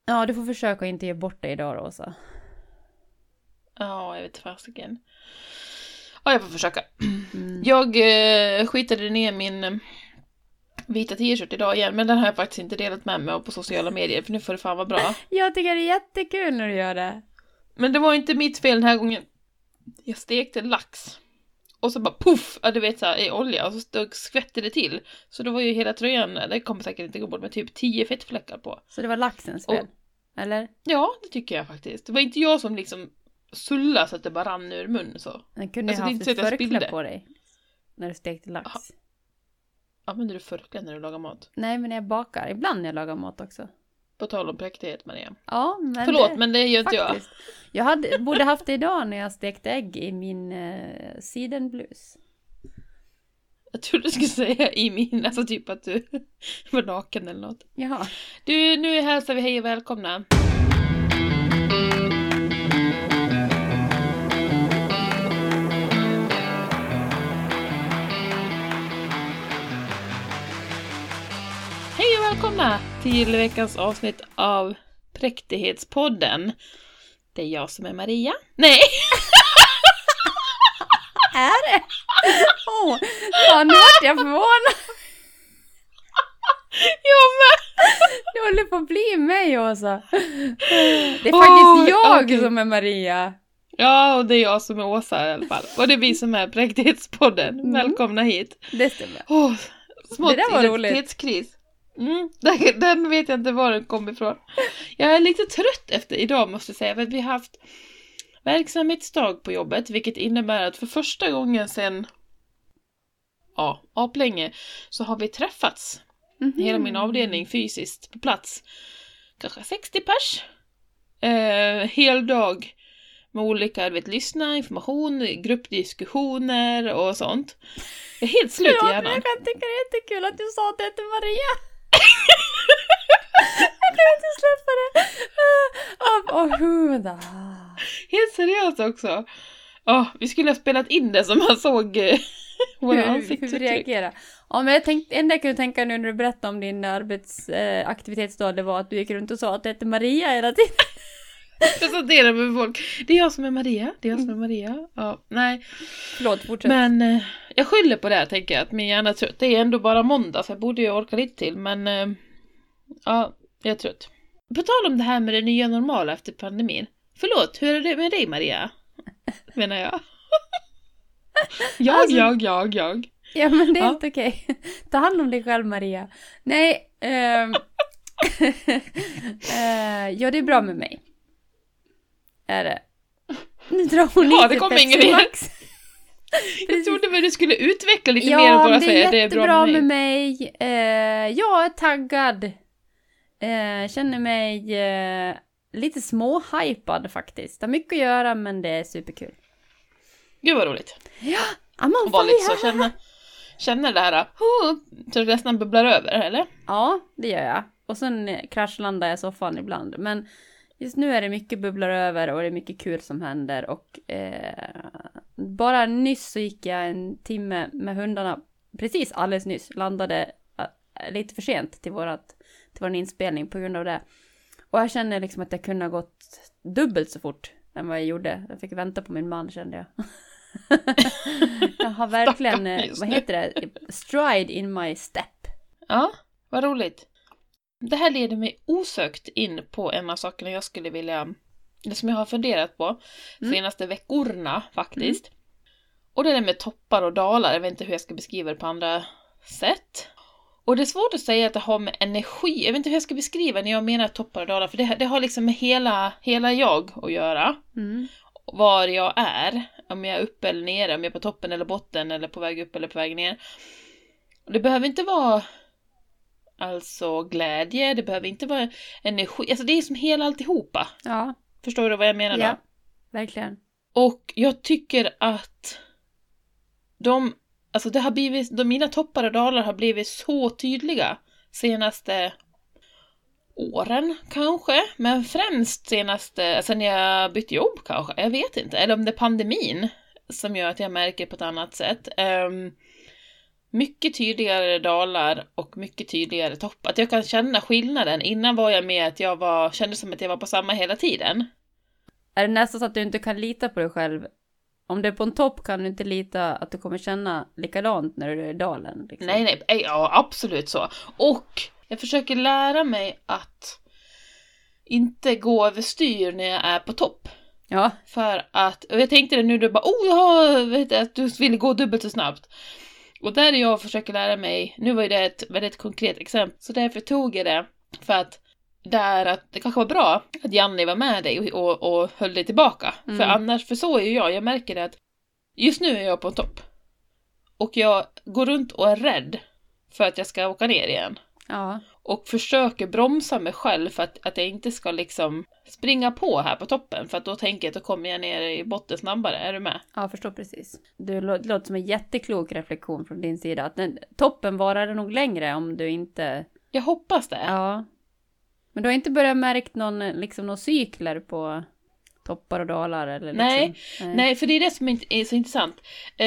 Ja, du får försöka inte ge bort dig idag, Rosa. Ja, jag vet fasiken. Ja, jag får försöka. Jag skitade ner min vita t-shirt idag igen, men den har jag faktiskt inte delat med mig på sociala medier, för nu får det fan vara bra. Jag tycker det är jättekul när du gör det. Men det var inte mitt fel den här gången. Jag stekte lax. Och så bara puff, ja, du vet så här, i olja, och så skvätte det till. Så då var ju hela tröjan, det kommer säkert inte gå bort, med typ 10 fettfläckar på. Så det var laxens fel, eller? Ja, det tycker jag faktiskt. Det var inte jag som liksom sulla så att det bara rann ur munnen så. Den kunde alltså, haft ett förkläde på dig när du stekte lax. Aha. Använder du förkläde när du lagar mat? Nej, men jag bakar. Ibland när jag lagar mat också. På tal om präktighet, Maria. Ja, men förlåt, men det gör inte faktiskt. Jag borde haft det idag när jag stekte ägg i min sidenblus. Jag trodde du skulle säga i min, alltså typ att du var naken eller något. Jaha. Du, nu hälsar vi hej och välkomna. Hej och välkomna till veckans avsnitt av Präktighetspodden. Det är jag som är Maria. Nej! Är det? Fan, nu vart jag förvånad. Jag med! Du håller på att bli mig, Åsa. Det är faktiskt jag som är Maria. Ja, och det är jag som är Åsa i alla fall. Och det är vi som är Präktighetspodden. Välkomna hit. Det stämmer. Smått det där var identitetskris. Den vet jag inte var den kom ifrån. Jag är lite trött efter idag, måste jag säga. För att vi har haft verksamhetsdag på jobbet. Vilket innebär att för första gången sedan aplänge så har vi träffats. Hela min avdelning fysiskt på plats. Kanske 60 pers. Hel dag med olika, lyssna, information, gruppdiskussioner och sånt. Jag är helt slut i hjärnan. Jag kan tycka det är jättekul att du sa att det heter Maria. Jag kan inte släppa det. Helt seriöst också. Vi skulle ha spelat in det som man såg våra ansiktsuttryck. Hur vi reagerar. Ja, men det enda jag kunde tänka nu när du berättade om din arbetsaktivitetsdag, det var att du gick runt och sa att det heter Maria hela tiden. Jag sa det med folk. Det är jag som är Maria. Det är jag som är Maria. Ja, nej. Förlåt, fortsätt. Men jag skyller på det här, tänker jag. Att min hjärna är trött. Det är ändå bara måndag, så jag borde ju orka lite till. Men jag är trött. På tal om det här med det nya normala efter pandemin. Förlåt, hur är det med dig, Maria? Menar jag. Jag. Ja, men det är helt okej. Ta hand om dig själv, Maria. Nej, ja, det är bra med mig. Är det? Nu drar hon lite det kommer ingen mer. Jag trodde väl du skulle utveckla lite mer och bara säga det är bra med mig. Jag är taggad. Känner mig lite småhypad faktiskt. Det har mycket att göra, men det är superkul. Gud vad roligt. Ja, och var lite så känner det här så det nästan bubblar över, eller? Ja, det gör jag. Och sen kraschlandar jag i soffan ibland. Men just nu är det mycket bubblar över och det är mycket kul som händer. Och bara nyss så gick jag en timme med hundarna. Precis alldeles nyss. Landade lite för sent till vår inspelning på grund av det. Och jag känner liksom att jag kunde ha gått dubbelt så fort än vad jag gjorde. Jag fick vänta på min man, kände jag. Jag har verkligen, vad heter det? Stride in my step. Ja, vad roligt. Det här leder mig osökt in på en av sakerna jag skulle vilja, det som jag har funderat på senaste veckorna faktiskt. Och det är det med toppar och dalar. Jag vet inte hur jag ska beskriva det på andra sätt. Och det är svårt att säga att det har med energi. Jag vet inte hur jag ska beskriva när jag menar toppar och dalar. För det har liksom med hela jag att göra. Var jag är. Om jag är uppe eller nere. Om jag är på toppen eller botten. Eller på väg upp eller på väg ner. Och det behöver inte vara alltså glädje. Det behöver inte vara energi. Alltså det är som hela alltihopa. Ja. Förstår du vad jag menar då? Ja, verkligen. Och jag tycker att det har blivit, mina toppar och dalar har blivit så tydliga senaste åren kanske, men främst senaste, alltså när jag bytte jobb kanske, jag vet inte, eller om det är pandemin som gör att jag märker på ett annat sätt. mycket tydligare dalar och mycket tydligare topp. Att jag kan känna skillnaden. Innan var jag med att kände som att jag var på samma hela tiden. Är det nästan så att du inte kan lita på dig själv? Om du är på en topp kan du inte lita att du kommer känna likadant när du är i dalen. Liksom. Nej, ja, absolut så. Och jag försöker lära mig att inte gå överstyr när jag är på topp. Ja. För att, och jag tänkte det nu, du bara, vet att du ville gå dubbelt så snabbt. Och där är jag och försöker lära mig, nu var ju det ett väldigt konkret exempel, så därför tog jag det, för att det kanske var bra att Janni var med dig och höll dig tillbaka. För annars, för så är ju jag märker det att just nu är jag på en topp. Och jag går runt och är rädd för att jag ska åka ner igen. Ja. Och försöker bromsa mig själv för att jag inte ska liksom springa på här på toppen. För att då tänker jag att då kommer jag ner i botten snabbare. Är du med? Ja, jag förstår precis. Det låter som en jätteklok reflektion från din sida. Att toppen varar nog längre om du inte... Jag hoppas det. Ja. Men du har inte börjat märkt några cykler på toppar och dalar? Eller liksom? Nej, för det är det som är så intressant.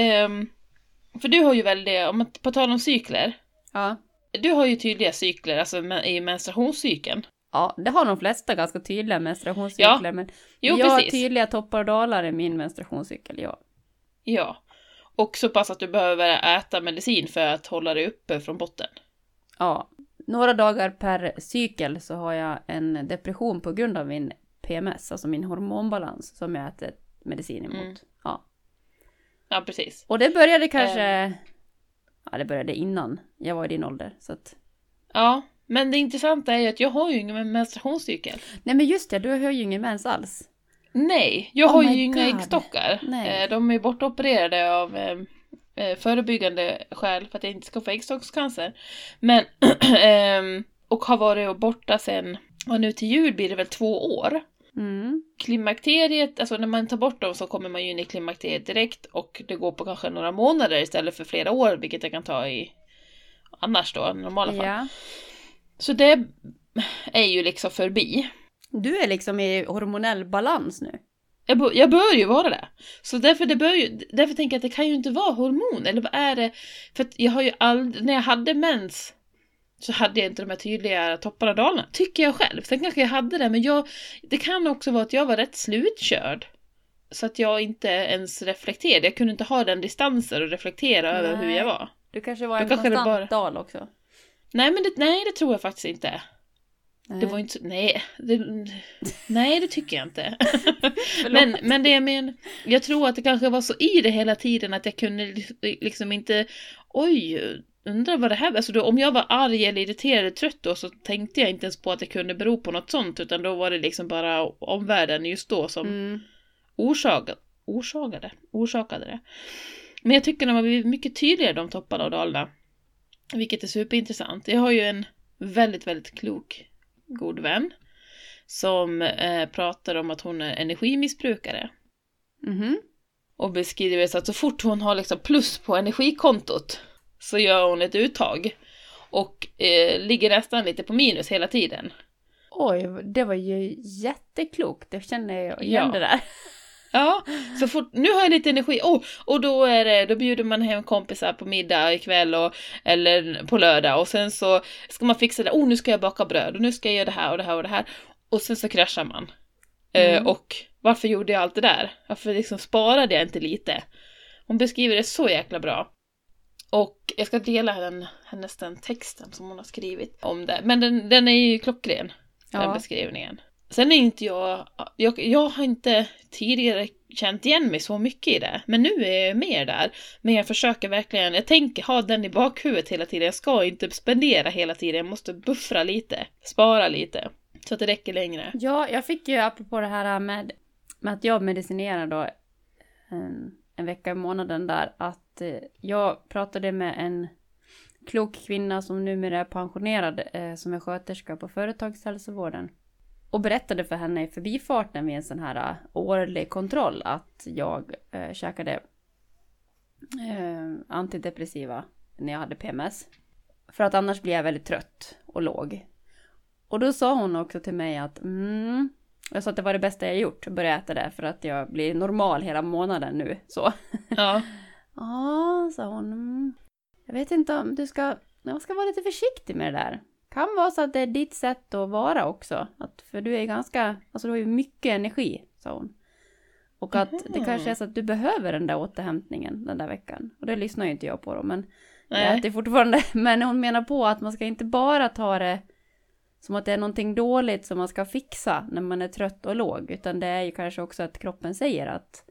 För du har ju väldigt, om man på tal om cykler. Ja. Du har ju tydliga cykler, alltså i menstruationscykeln. Ja, det har de flesta ganska tydliga menstruationscykler. Ja. Men Jo, jag har precis. tydliga toppar och dalar i min menstruationscykel, ja. Ja. Och så pass att du behöver äta medicin för att hålla dig uppe från botten. Ja. Några dagar per cykel så har jag en depression på grund av min PMS, alltså min hormonbalans som jag äter medicin emot. Ja. Ja, precis. Och det började kanske... Ja, det började innan jag var i din ålder. Så att... Ja, men det intressanta är ju att jag har ju ingen menstruationscykel. Nej, men just det, du har ju ingen mens alls. Nej, jag har ju inga äggstockar. Nej. De är bortopererade av förebyggande skäl för att jag inte ska få äggstockscancer. Men, och har varit borta sen, och nu till jul blir det väl 2 år. Klimakteriet, alltså när man tar bort dem så kommer man ju in i klimakteriet direkt och det går på kanske några månader istället för flera år, vilket jag kan ta i annars då, i normala fall. Ja. Så det är ju liksom förbi. Du är liksom i hormonell balans nu. Jag bör ju vara det. Så därför tänker jag att det kan ju inte vara hormon, eller vad är det? För att jag har ju när jag hade mens så hade jag inte de här tydliga topparna och dalarna. Tycker jag själv. Sen kanske jag hade det. Men det kan också vara att jag var rätt slutkörd. Så att jag inte ens reflekterade. Jag kunde inte ha den distansen och reflektera över hur jag var. Du kanske var en konstant dal också. Nej, det tror jag faktiskt inte. Nej. Det var inte så... Nej, det tycker jag inte. men jag tror att det kanske var så i det hela tiden att jag kunde liksom inte... Oj... Undrar vad det här... Alltså om jag var arg eller irriterad eller trött då, så tänkte jag inte ens på att det kunde bero på något sånt, utan då var det liksom bara omvärlden just då som orsakade det. Men jag tycker att de har blivit mycket tydligare, de topparna och dalarna, vilket är superintressant. Jag har ju en väldigt, väldigt klok god vän som pratar om att hon är energimissbrukare. Och beskriver så att så fort hon har liksom plus på energikontot så gör hon ett uttag och ligger nästan lite på minus hela tiden. Oj, det var ju jätteklokt. Det känner jag igen det där. Ja, så fort, nu har jag lite energi. Och då bjuder man hem kompisar på middag ikväll eller på lördag. Och sen så ska man fixa det. Nu ska jag baka bröd och nu ska jag göra det här och det här och det här. Och sen så kraschar man. Och varför gjorde jag allt det där? Varför liksom sparade jag inte lite? Hon beskriver det så jäkla bra. Och jag ska dela hennes den texten som hon har skrivit om det. Men den är ju klockren, den beskrivningen. Sen är inte jag har inte tidigare känt igen mig så mycket i det. Men nu är jag mer där. Men jag försöker verkligen, jag tänker ha den i bakhuvudet hela tiden. Jag ska inte spendera hela tiden, jag måste buffra lite, spara lite. Så att det räcker längre. Ja, jag fick ju apropå det här med att jag medicinerar då en vecka i månaden där, att jag pratade med en klok kvinna som numera är pensionerad som är sköterska på företagshälsovården och berättade för henne i förbifarten vid en sån här årlig kontroll att jag käkade antidepressiva när jag hade PMS för att annars blir jag väldigt trött och låg. Och då sa hon också till mig att jag sa att det var det bästa jag gjort att börja äta det för att jag blir normal hela månaden nu. Så. Ja. Ja, sa hon. Jag vet inte om man ska vara lite försiktig med det där. Kan vara så att det är ditt sätt att vara också. För du är ganska, alltså du har ju mycket energi, sa hon. Och att det kanske är så att du behöver den där återhämtningen den där veckan. Och det lyssnar ju inte jag på då, men det är fortfarande. Men hon menar på att man ska inte bara ta det som att det är någonting dåligt som man ska fixa när man är trött och låg. Utan det är ju kanske också att kroppen säger att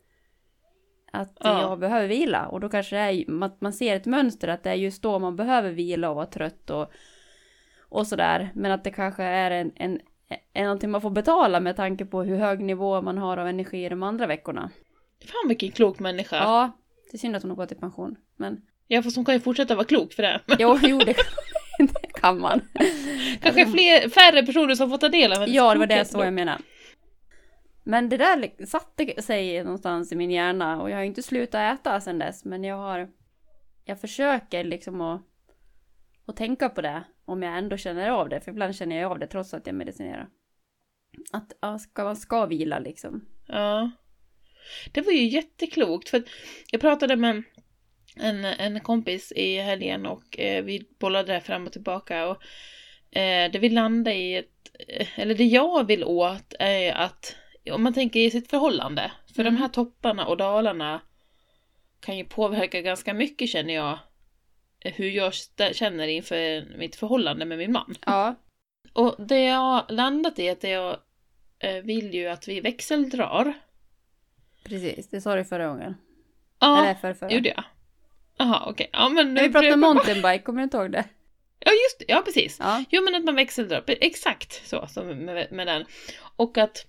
jag behöver vila. Och då kanske det är att man ser ett mönster att det är just då man behöver vila och vara trött och sådär. Men att det kanske är är någonting man får betala med tanke på hur hög nivå man har av energi i de andra veckorna. Fan vilken klok människa. Ja, det är synd att hon har gått i pension. Men... Ja, fast hon kan ju fortsätta vara klok för det. Jo, det kan man. Kanske färre personer som får ta del av hennes Ja, det var det så jag menar. Men det där satte sig någonstans i min hjärna och jag har ju inte slutat äta sedan dess. Men jag försöker liksom att tänka på det om jag ändå känner av det. För ibland känner jag av det trots att jag medicinerar. Att man ska vila liksom. Ja. Det var ju jätteklokt. För jag pratade med en kompis i helgen och vi bollade där fram och tillbaka. Och det vi landade i eller det jag vill åt är att om man tänker i sitt förhållande. För de här topparna och dalarna kan ju påverka ganska mycket, känner jag. Hur jag känner inför mitt förhållande med min man. Ja. Och det jag landat i är att jag vill ju att vi växeldrar. Precis, det sa du förra gången. Ja, eller förra. Gjorde jag. Jaha, okej. Ja, men vi pratade om mountainbike, kommer du inte ihåg det? Ja, just det. Ja, precis. Ja. Jo, men att man växeldrar. Exakt så som med den. Och att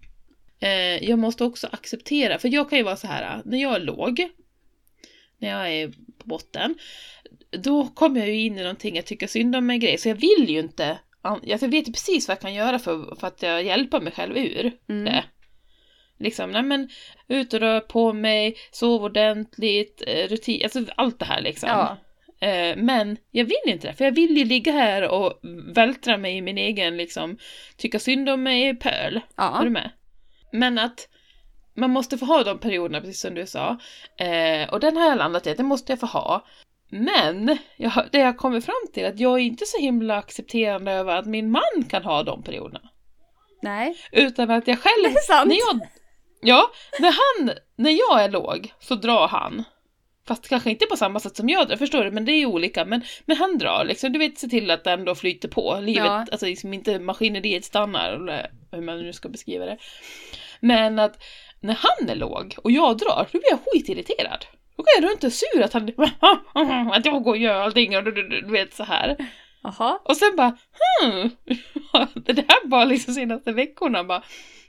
jag måste också acceptera. För jag kan ju vara så här, när jag är låg, när jag är på botten, då kommer jag ju in i någonting jag tycker synd om mig grej. Så jag vill ju inte, jag vet ju precis vad jag kan göra för att jag hjälper mig själv ur det. Liksom, nej men ut och rör på mig, sov ordentligt, rutin, alltså allt det här liksom. Ja. Men jag vill inte det, för jag vill ju ligga här och vältra mig i min egen liksom, tycka synd om mig pöl. Ja. Är du med? Men att man måste få ha de perioderna, precis som du sa. Och den har jag landat i att det måste jag få ha. Men det jag kommer fram till att jag är inte så himla accepterande över att min man kan ha de perioderna. Nej. Utan att jag själv... Det är sant. När jag är låg så drar han. Fast kanske inte på samma sätt som jag drar, förstår du? Men det är olika. Men han drar liksom, du vet, se till att det ändå flyter på. Livet, alltså liksom inte maskineriet stannar, eller hur man nu ska beskriva det. Men att när han är låg och jag drar, då blir jag skitirriterad. Då går jag runt och sur att att jag går och gör allting och du vet så här. Aha. Och sen bara, det här bara liksom senaste veckorna bara,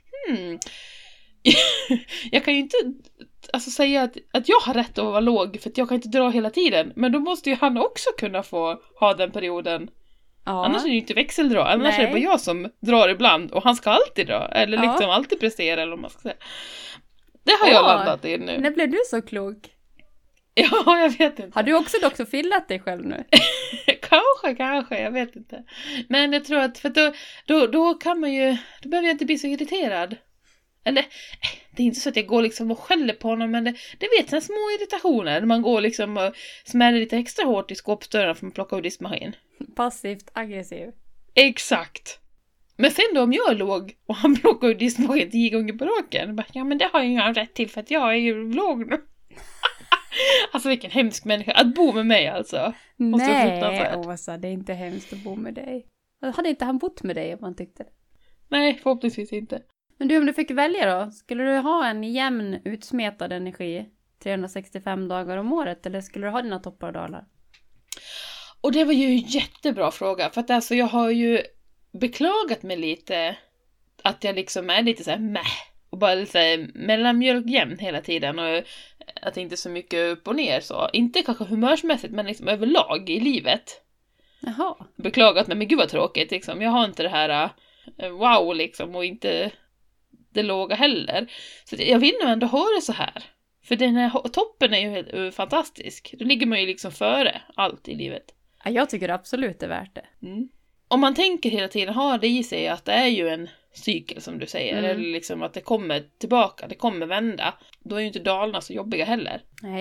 jag kan ju inte alltså säga att jag har rätt att vara låg för att jag kan inte dra hela tiden. Men då måste ju han också kunna få ha den perioden. Ja. Annars är det ju inte växeldra. Annars är det bara jag som drar ibland och han ska alltid dra. Eller liksom alltid prestera, eller vad man ska säga. Det har jag landat i nu. När blev du så klok? Ja, jag vet inte. Har du också Dr. Fillat dig själv nu? Kanske, jag vet inte. Men jag tror att, för då kan man ju, då behöver jag inte bli så irriterad. Eller, det är inte så att jag går liksom och skäller på honom, men det vet sådana små irritationer. Man går liksom och smäller lite extra hårt i skåpsdörren för att plocka ur diskmaskin. Passivt aggressiv. Exakt. Men sen då om jag är låg och han plockar ur diskmaskin 10 gånger på raken, bara, ja men det har jag ingen rätt till för att jag är ju låg nu. Alltså vilken hemsk människa. Att bo med mig alltså. Nej, Åsa, det är inte hemskt att bo med dig. Hade inte han bott med dig om man tyckte det? Nej, förhoppningsvis inte. Men du, om du fick välja då, skulle du ha en jämn utsmetad energi 365 dagar om året, eller skulle du ha dina toppar och dalar? Och det var ju en jättebra fråga, för att alltså jag har ju beklagat mig lite att jag liksom är lite så här mäh, och bara lite så här mellanmjölkjämn hela tiden, och att det inte är så mycket upp och ner så. Inte kanske humörsmässigt, men liksom överlag i livet. Jaha. Beklagat mig, men gud vad tråkigt liksom. Jag har inte det här wow liksom, och inte det låga heller. Så jag vill nog ändå ha det så här. För den här toppen är ju fantastisk. Då ligger man ju liksom före allt i livet. Ja, jag tycker absolut det är värt det. Mm. Om man tänker hela tiden, har det i sig att det är ju en cykel som du säger. Eller liksom att det kommer tillbaka, det kommer vända. Då är ju inte dalarna så jobbiga heller. Nej.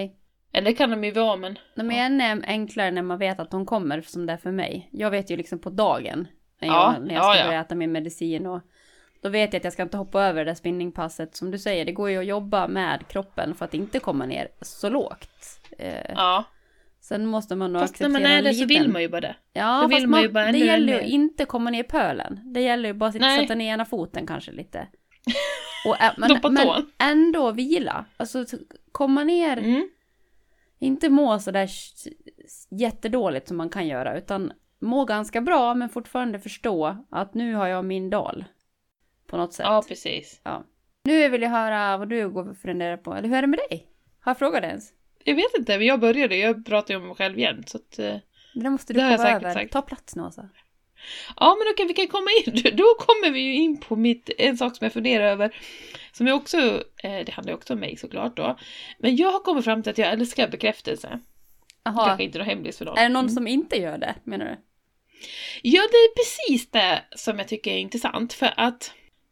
Eller kan de ju vara, men... De är ännu enklare när man vet att de kommer som det är för mig. Jag vet ju liksom på dagen när jag ska börja äta min medicin. Och då vet jag att jag ska inte hoppa över det där spinningpasset. Som du säger, det går ju att jobba med kroppen för att inte komma ner så lågt. Sen måste man nog acceptera när man är det så vill man ju bara det. Ja, då vill man ju bara det gäller ju inte komma ner i pölen. Det gäller ju bara att sätta ner ena foten kanske lite. Och, men ändå vila. Alltså komma ner... Inte må så där jättedåligt som man kan göra, utan må ganska bra men fortfarande förstå att nu har jag min dag på något sätt. Ja, precis. Ja. Nu vill jag höra vad du går och funderar på. Eller hur är det med dig? Har jag frågat ens? Jag vet inte, men jag pratar ju om mig själv igen. Så att, det måste du komma över. Sagt. Ta plats nu alltså. Ja, men okej, vi kan komma in. Då kommer vi ju in på en sak som jag funderar över. Som jag också, det handlar ju också om mig såklart då. Men jag har kommit fram till att jag älskar bekräftelse. Aha. Kanske inte något hemligt för någon. Är det någon som inte gör det, menar du? Ja, det är precis det som jag tycker är intressant. För att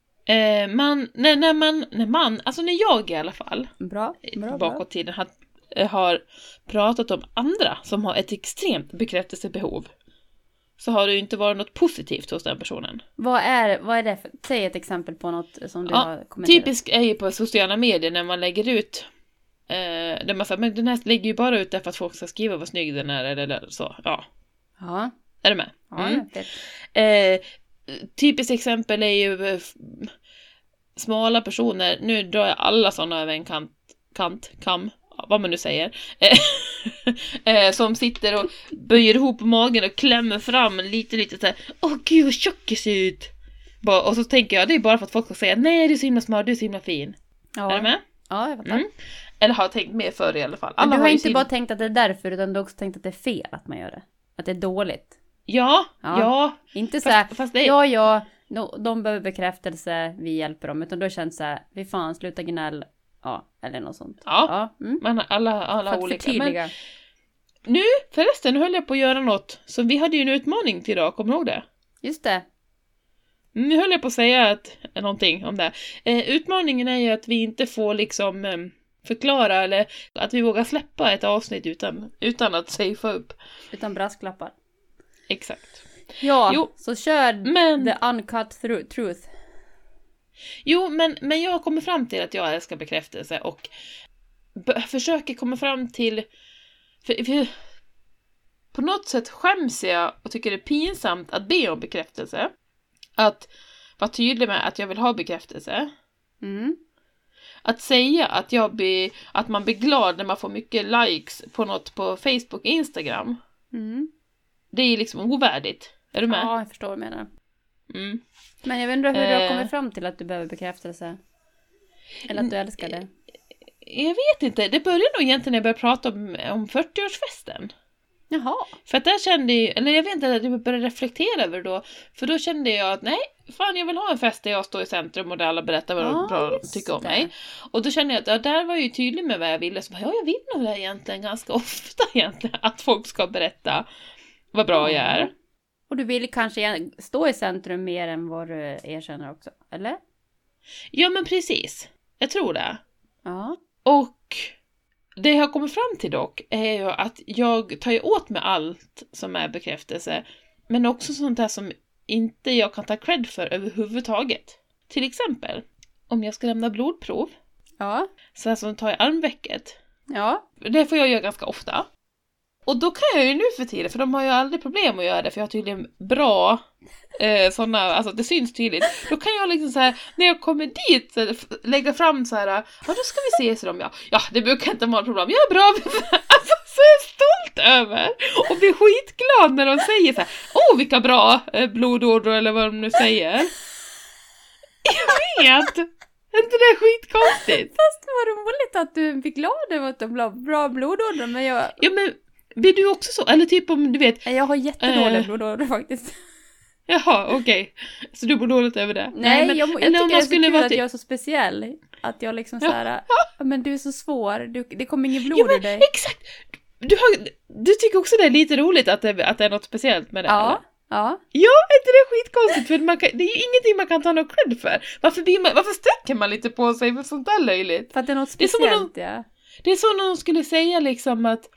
när jag i alla fall bakåt tiden har pratat om andra som har ett extremt bekräftelsebehov, så har det ju inte varit något positivt hos den personen. Vad är det för, säg ett exempel på något som du har kommenterat. Typiskt är ju på sociala medier när man lägger ut där man säger, men den här lägger ju bara ut därför att folk ska skriva vad snygg den är eller så. Ja. Är du med? Ja, typiskt exempel är ju smala personer. Nu drar jag alla sådana över en kam, vad man nu säger. Som sitter och böjer ihop magen och klämmer fram lite så här. Åh gud vad tjock jag ser ut. Och så tänker jag, det är bara för att folk ska säga, nej du är så himla smart, du är så himla fin. Ja. Är du med? Ja, jag fattar. Eller har tänkt mer förr i alla fall. Men du har inte bara tänkt att det är därför, utan du har också tänkt att det är fel att man gör det. Att det är dåligt. Ja. Inte så här, fast det är... de behöver bekräftelse, vi hjälper dem. Utan då känns det så här, vi fan, sluta gnäll. Ja, eller något sånt. Men alla olika. Men nu höll jag på att göra något. Så vi hade ju en utmaning till idag, kommer du ihåg det? Just det. Nu höll jag på att säga någonting om det. Utmaningen är ju att vi inte får liksom förklara, eller att vi vågar släppa ett avsnitt utan att safea upp. Utan brasklappar. Exakt. Ja, så kör the uncut truth. Jo, men jag kommer fram till att jag älskar bekräftelse och försöker komma fram till... För på något sätt skäms jag och tycker det är pinsamt att be om bekräftelse. Att vara tydlig med att jag vill ha bekräftelse. Att säga att man blir glad när man får mycket likes på något på Facebook och Instagram. Det är liksom ovärdigt. Är du med? Ja, jag förstår vad du menar. Men jag undrar hur du har kommit fram till att du behöver bekräftelse. Eller att du älskar det. Jag vet inte. Det började nog egentligen när jag började prata om 40-årsfesten. Jaha. För att där kände jag vet inte, jag började reflektera över då. För då kände jag att nej, fan jag vill ha en fest där jag står i centrum och där alla berättar vad de bra tycker om mig. Och då kände jag att där var jag ju tydlig med vad jag ville. Så jag vill nog det egentligen ganska ofta egentligen. Att folk ska berätta vad bra jag är. Och du vill kanske stå i centrum mer än vad du erkänner också, eller? Ja, men precis. Jag tror det. Ja. Och det jag har kommit fram till dock är ju att jag tar ju åt med allt som är bekräftelse. Men också sånt där som inte jag kan ta cred för överhuvudtaget. Till exempel, om jag ska lämna blodprov. Ja. Så här som tar i armvecket. Ja. Det får jag göra ganska ofta. Och då kan jag ju nu för tiden, för de har ju aldrig problem att göra det, för jag har tydligen bra sådana, alltså det syns tydligt. Då kan jag liksom så här, när jag kommer dit, så här, lägga fram så här, ja då ska vi se dem, ja det brukar inte vara ett problem, jag är bra, alltså så är jag stolt över och blir skitglad när de säger så här, vilka bra blodådror eller vad de nu säger. Jag vet! Är inte det skitkonstigt? Fast vad roligt att du blir glad över att de har bra blodådror, men jag... Ja, men blir du också så? Eller typ om du vet... Jag har jättedåliga blodådor faktiskt. Jaha, okej. Så du bor dåligt över det? Nej, men jag tycker det är så kul att jag är så speciell. Att jag liksom såhär, men du är så svår. Det kommer ingen blod ur dig. Exakt! Du tycker också det är lite roligt att det är något speciellt med det, ja. Eller? Ja. Ja, är inte det skitkonstigt? För det är ju ingenting man kan ta något cred för. Varför sträcker man lite på sig för sånt där löjligt? För att det är något speciellt, ja. Det är så när de skulle säga liksom att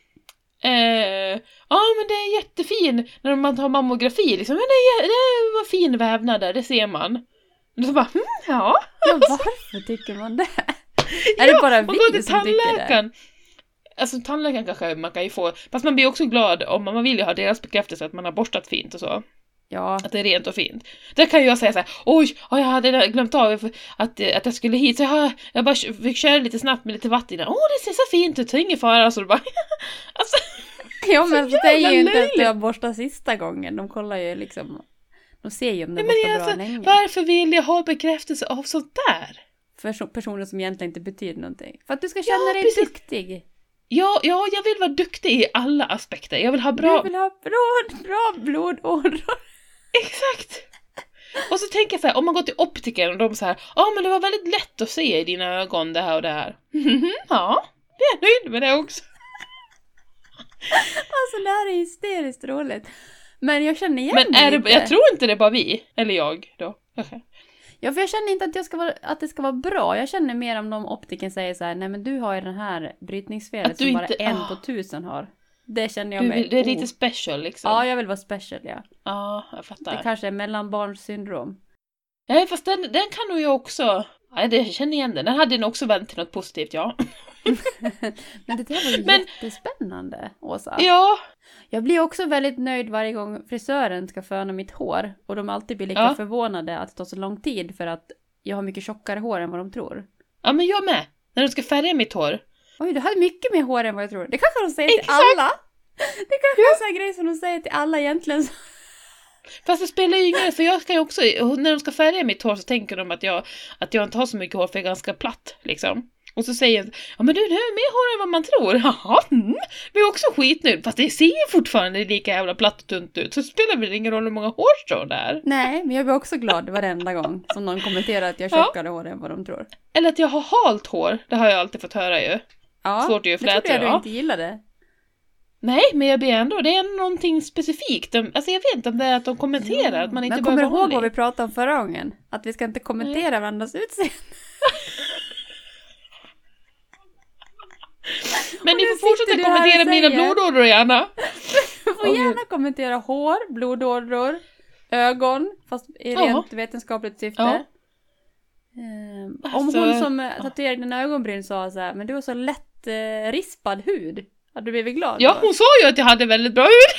ja men det är jättefin när man tar mammografi liksom, men det var fin vävnad där, det ser man. Och så bara, ja. Ja, varför tycker man det? Är det bara vi som tycker det? Alltså tandläkaren kanske man kan ju få, fast man blir också glad om man vill ju ha deras bekräftelse att man har borstat fint och så. Ja. Att det är rent och fint. Där kan jag säga så här, oj, jag hade glömt av att jag skulle hit, så jag bara fick köra lite snabbt med lite vatten. Det ser så fint ut, ingen fara. Så bara, alltså, ja, men det är ju inte att jag borstar sista gången. De kollar ju liksom, de ser ju om det borstar bra länge. Varför vill jag ha bekräftelse av sånt där? För personer som egentligen inte betyder någonting. För att du ska känna dig duktig. Ja, jag vill vara duktig i alla aspekter. Jag vill ha bra... Du vill ha bra blodådror. Exakt. Och så tänker jag så här, om man går till optiker och de så här, men det var väldigt lätt att se i dina ögon det här och det här. Ja, jag är nöjd med det också. Alltså det här är hysteriskt roligt. Men jag känner igen men jag tror inte det är bara vi, eller jag då. Ja, för jag känner inte att det ska vara bra. Jag känner mer om de optiken säger så här, nej men du har ju den här brytningsfelet som bara 1 på 1000 har. Det känner jag mig. Det är lite special liksom. Ja, jag vill vara special, ja. Ja, jag fattar. Det kanske är mellanbarnssyndrom. Ja, fast den kan nog jag också... Ja, det känner igen den. Den hade nog också vänt till något positivt, ja. Men det där var ju jättespännande, Åsa. Ja. Jag blir också väldigt nöjd varje gång frisören ska föna mitt hår. Och de alltid blir lika förvånade att det tar så lång tid för att jag har mycket tjockare hår än vad de tror. Ja, men jag med. När de ska färga mitt hår. Oj, du hade mycket mer hår än vad jag tror. Det kanske de säger till alla. Det kanske är en sån här grej som de säger till alla egentligen. Fast det spelar ju ingen, för jag kan ju också, när de ska färga mitt hår så tänker de att jag inte har så mycket hår för jag är ganska platt, liksom. Och så säger de, ja men du har mer hår än vad man tror. Jaha, vi är också skitnöjd. Fast det ser ju fortfarande lika jävla platt och tunt ut. Så det spelar väl ingen roll hur många hårstrå där. Nej, men jag blir också glad varenda gång som någon kommenterar att jag har tjockare hår än vad de tror. Eller att jag har halt hår, det har jag alltid fått höra ju. Ja, svårt ju att fläta. Det trodde jag du inte gillade. Nej, men jag blir ändå, det är någonting specifikt. Alltså jag vet inte om det är att de kommenterar, att man inte behöver. Men kommer du ihåg vanlig. vad vi pratade om förra gången? Att vi ska inte kommentera varandras utseende. Men ni får fortsätta kommentera mina blodådror gärna. Du får gärna kommentera hår, blodådror, ögon, fast i rent vetenskapligt syfte. Ja. Om hon som tatuerade dina ögonbryn sa så här, men du har så lätt rispad hud. Hade du blivit glad? Ja, hon sa ju att jag hade väldigt bra hud.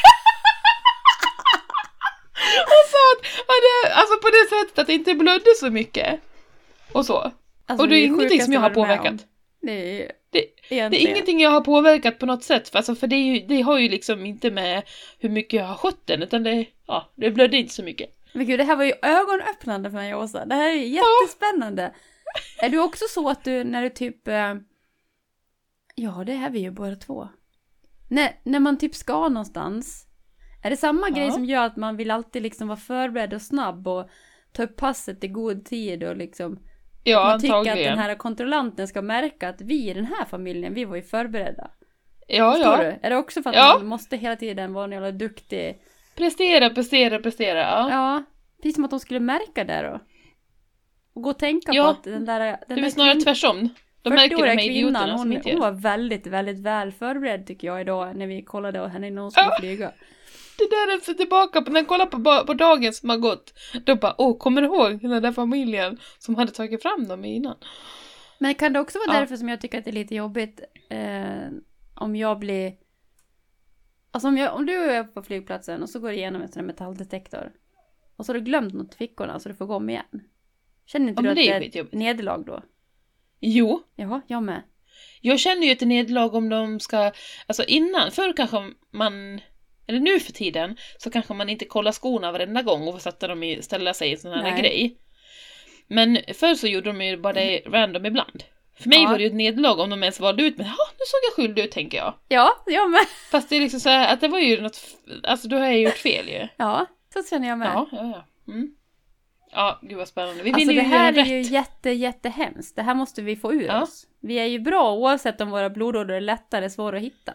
Hon sa att alltså på det sättet att det inte blödde så mycket. Och så. Alltså, och det är ingenting som jag har påverkat. Det är ingenting jag har påverkat på något sätt. För det har ju liksom inte med hur mycket jag har skött den. Utan det blödde inte så mycket. Men gud, det här var ju ögonöppnande för mig, Åsa. Det här är jättespännande. Ja. Är du också så att du, när du typ... Ja, det är vi ju båda två. När man typ ska någonstans. Är det samma grej som gör att man vill alltid liksom vara förberedd och snabb och ta upp passet i god tid och liksom... Ja, man tycker antagligen. att den här kontrollanten ska märka att vi i den här familjen, vi var ju förberedda. Ja, förstår du? Är det också för att man måste hela tiden vara en jävla duktig... Prestera. Ja, precis som att de skulle märka det då. Och gå och tänka på att den där... Det är snarare tvärsom. De märker de här idioterna som inte gör. Hon var väldigt, väldigt väl förberedd tycker jag idag när vi kollade och henne någon skulle flyga. Det där är så tillbaka på när jag kollar på dagen som har gått. Då bara, kommer du ihåg den där familjen som hade tagit fram dem innan? Men kan det också vara därför som jag tycker att det är lite jobbigt om jag blir... Alltså om du är på flygplatsen och så går du igenom en sån här metalldetektor och så har du glömt något i fickorna så du får gå om igen. Känner inte du att det är ett nederlag då? Jo. Jaha, jag med. Jag känner ju ett nederlag om de ska... Alltså innan, förr kanske man... Eller nu för tiden så kanske man inte kollar skorna varenda gång och ställa sig i en sån här grej. Men förr så gjorde de ju bara det random ibland. För mig var det ju ett nederlag om de ens valde ut. Men nu såg jag skyldig ut, tänker jag. Ja, jag med. Fast det är liksom så här att det var ju något... Alltså då har jag gjort fel ju. Ja, så känner jag med. Ja. Mm. Ja, gud vad spännande. Vi alltså vill ju det här göra är rätt. ju jättehemskt. Det här måste vi få ur oss. Vi är ju bra oavsett om våra blodådror är lättare eller svåra att hitta.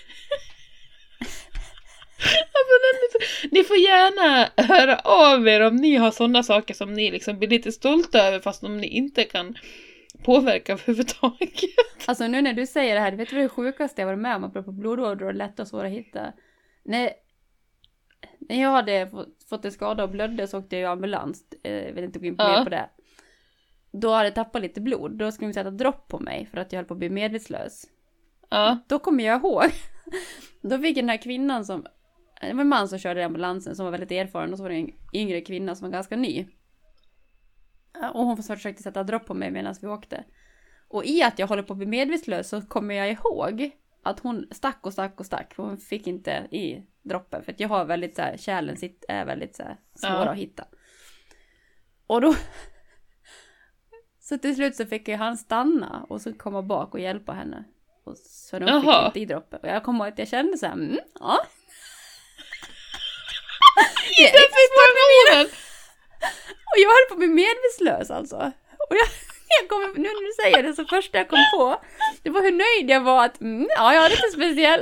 Alltså, ni får gärna höra av er om ni har sådana saker som ni liksom blir lite stolta över fast om ni inte kan påverka överhuvudtaget. Alltså nu när du säger det här, vet du vad det sjukaste jag varit med om apropå blodådror och lätt och svåra att hitta? När jag hade fått en skada och blödde så åkte jag i ambulans. Jag vill inte gå in mer på det. Då hade jag tappat lite blod. Då skulle de sätta dropp på mig för att jag höll på att bli medvetslös. Då kommer jag ihåg. Då fick den här kvinnan som... Det var en man som körde ambulansen som var väldigt erfaren. Och så var det en yngre kvinna som var ganska ny. Och hon försökte sätta dropp på mig medan vi åkte. Och i att jag håller på att bli medvetslös så kommer jag ihåg att hon stack. För hon fick inte i droppen. För att jag har väldigt så här, kärlen är väldigt så här, svåra att hitta. Och då... Så till slut så fick han stanna och så komma bak och hjälpa henne. Och så de fick inte i droppen. Och jag kom ihåg att jag kände så här, ja. Och jag höll på att bli medvetslös alltså. Och jag kom, nu när du säger det så första jag kom på, det var hur nöjd jag var att, ja, jag är lite speciell.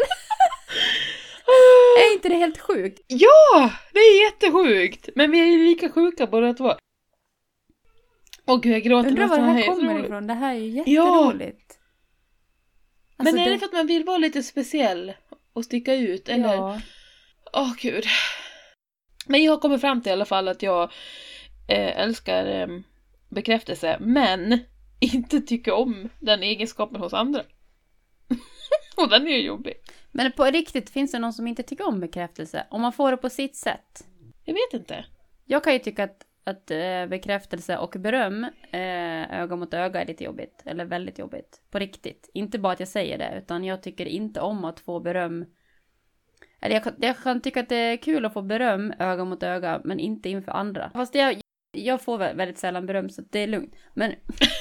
Är inte det helt sjukt? Ja, det är jättesjukt. Men vi är ju lika sjuka båda två. Åh gud, jag gråter. Undrar var det här kommer ifrån. Det här är ju jätteroligt. Alltså, men är det för att man vill vara lite speciell och sticka ut? Eller? Åh gud. Men jag har kommit fram till i alla fall att jag älskar bekräftelse. Men inte tycker om den egenskapen hos andra. Och den är ju jobbig. Men på riktigt, finns det någon som inte tycker om bekräftelse? Om man får det på sitt sätt? Jag vet inte. Jag kan ju tycka att bekräftelse och beröm öga mot öga är lite jobbigt. Eller väldigt jobbigt. På riktigt. Inte bara att jag säger det. Utan jag tycker inte om att få beröm. Eller jag kan tycka att det är kul att få beröm öga mot öga. Men inte inför andra. Fast jag får väldigt sällan beröm så det är lugnt. Men...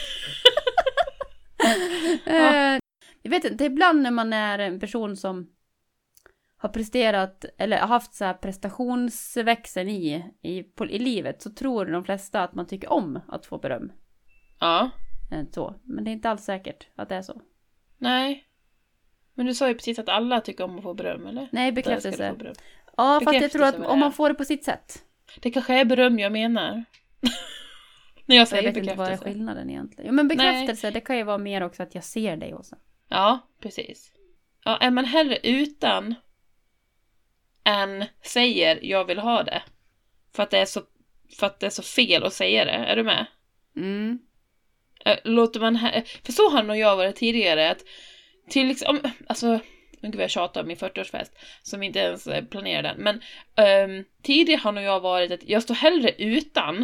jag vet inte. Ibland när man är en person som har presterat eller har haft så här prestationsväxeln i livet, så tror de flesta att man tycker om att få beröm. Ja. Så. Men det är inte alls säkert att det är så. Nej. Men du sa ju precis att alla tycker om att få beröm, eller? Nej, bekräftelse. Ja, fast jag tror att om man får det på sitt sätt. Det kanske är beröm jag menar. När jag säger bekräftelse. Jag vet inte vad är skillnaden egentligen. Ja, men bekräftelse, det kan ju vara mer också att jag ser dig också. Ja, precis. Ja, är man hellre utan än säger jag vill ha det. För att det är så fel att säga det. Är du med? Mm. Låter man för så har nog jag varit tidigare att till liksom, alltså nu jag tjatar om min 40-årsfest som inte ens planerar den. Men tidigare har nog jag varit att jag står hellre utan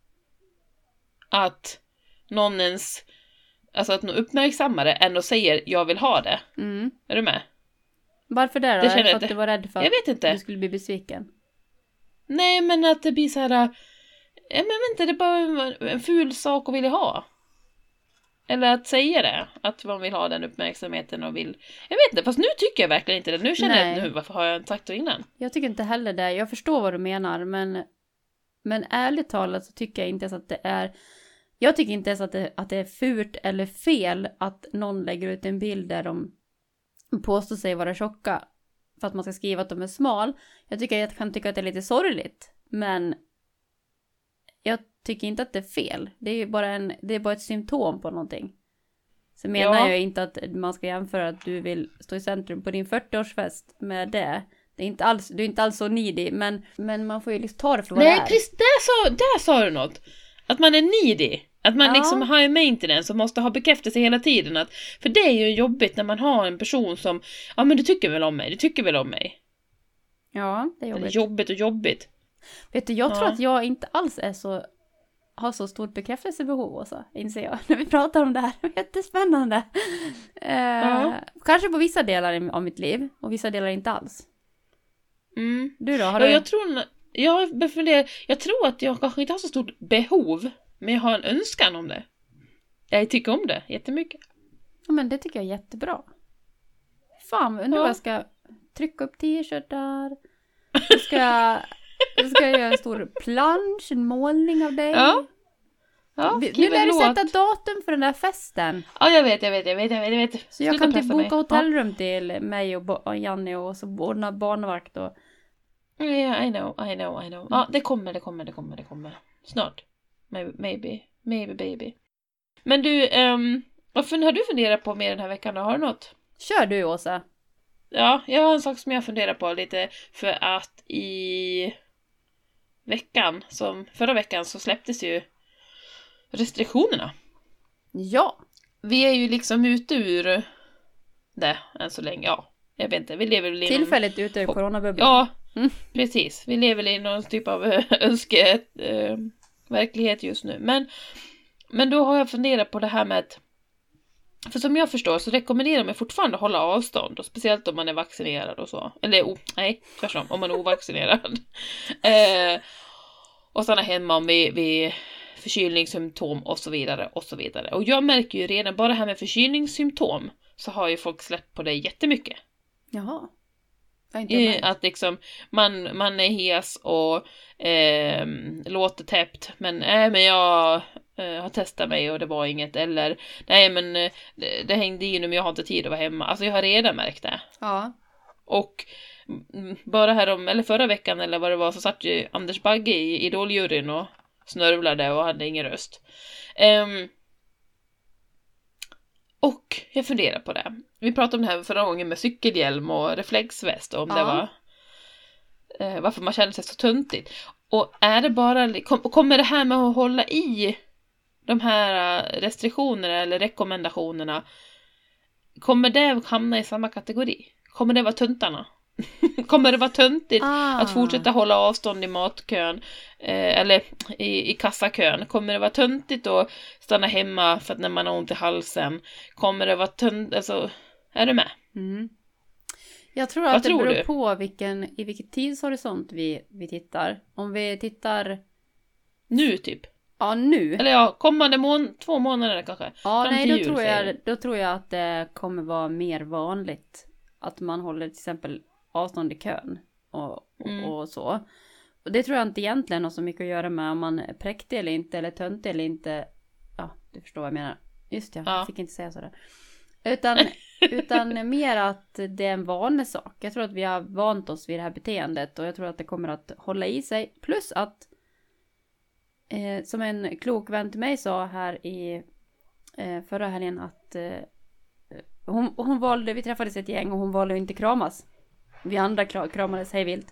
att någon ens, alltså att någon uppmärksammar det än att säga jag vill ha det. Mm. Är du med? Varför det då? Det för att du var rädd för att du skulle bli besviken? Nej, men att det blir så här, men vänta, det är bara en ful sak att vilja ha. Eller att säga det, att man vill ha den uppmärksamheten och vill... Jag vet inte, fast nu tycker jag verkligen inte det. Nu känner jag, nu, varför har jag inte sagt det innan? Jag tycker inte heller det. Jag förstår vad du menar, men ärligt talat så tycker jag inte ens att det är... Jag tycker inte ens att det är fult eller fel att någon lägger ut en bild där de påstår sig vara tjocka för att man ska skriva att de är smal. Jag kan tycka att det är lite sorgligt, men jag tycker inte att det är fel. Det är ju bara ett symptom på någonting. Så menar jag inte att man ska jämföra att du vill stå i centrum på din 40-årsfest med det. Det är inte alls, du är inte alls så needy, men man får ju liksom ta det för vad det är. Nej, precis, där sa du något. Att man är needy. Att man liksom har en maintenance och måste ha bekräftelse hela tiden. För det är ju jobbigt när man har en person som, ja men du tycker väl om mig. Ja, det är jobbigt. Eller jobbigt. Vet du, jag tror att jag inte alls har så stort bekräftelsebehov också, inser jag. När vi pratar om det här. Jättespännande. Kanske på vissa delar av mitt liv. Och vissa delar inte alls. Mm. Du då? Har du... Jag tror att jag kanske inte har så stort behov. Men jag har en önskan om det. Jag tycker om det jättemycket. Ja, men det tycker jag är jättebra. Fan, undrar vad jag ska trycka upp t-shirtar. Jag ska göra en stor plansch, en målning av dig. Ja, nu lär du sätta datum för den där festen. Ja, jag vet. Så jag kan typ boka hotellrum till mig och Janne och så ordna barnvakt och... Yeah, I know. Ja, det kommer. Snart. Maybe baby. Men du, vad har du funderat på med den här veckan då? Har du något? Kör du, Åsa. Ja, jag har en sak som jag funderar på lite. För att i veckan, förra veckan, så släpptes ju restriktionerna. Ja. Vi är ju liksom ute ur det än så länge. Ja, jag vet inte. Vi lever väl i Tillfälligt ute ur coronabubblan. Ja, precis. Vi lever i någon typ av verklighet just nu. Men då har jag funderat på det här med att, för som jag förstår så rekommenderar man fortfarande att hålla avstånd. Och speciellt om man är vaccinerad och så. Eller tvärtom, om man är ovaccinerad. Och stanna hemma vid förkylningssymptom och så vidare och så vidare. Och jag märker ju redan bara här med förkylningssymptom så har ju folk släppt på det jättemycket. Jaha. Att liksom man är hes och låter täppt, men jag har testat mig och det var inget, eller nej men det hängde in men jag har inte tid att vara hemma. Alltså jag har redan märkt det. Ja. Och bara eller förra veckan eller vad det var, så satt ju Anders Bagge i Idoljuryn och snörvlade och hade ingen röst. Och jag funderar på det. Vi pratade om det här förra gången med cykelhjälm och reflexväst. Om det var varför man känner sig så tuntigt. Och är det bara, kommer det här med att hålla i de här restriktionerna eller rekommendationerna, kommer det hamna i samma kategori? Kommer det vara tuntarna? Kommer det vara töntigt att fortsätta hålla avstånd i matkön eller i kassakön? Kommer det vara töntigt att stanna hemma för att när man har ont i halsen? Kommer det vara töntigt? Alltså, är du med? Mm. Jag tror att det beror på i vilken tidshorisont vi tittar. Om vi tittar nu typ. Ja, nu. Eller ja, kommande 2 månader kanske. Ja, nej, då tror jag att det kommer vara mer vanligt att man håller till exempel avstånd i kön och så. Och det tror jag inte egentligen har så mycket att göra med om man är präktig eller inte, eller töntig eller inte. Ja, du förstår vad jag menar. Just det, jag fick inte säga sådär. Utan mer att det är en vanlig sak. Jag tror att vi har vant oss vid det här beteendet och jag tror att det kommer att hålla i sig. Plus att, som en klok vän till mig sa här i förra helgen, att hon valde, vi träffades ett gäng och hon valde att inte kramas. Vi andra kramades hej vilt.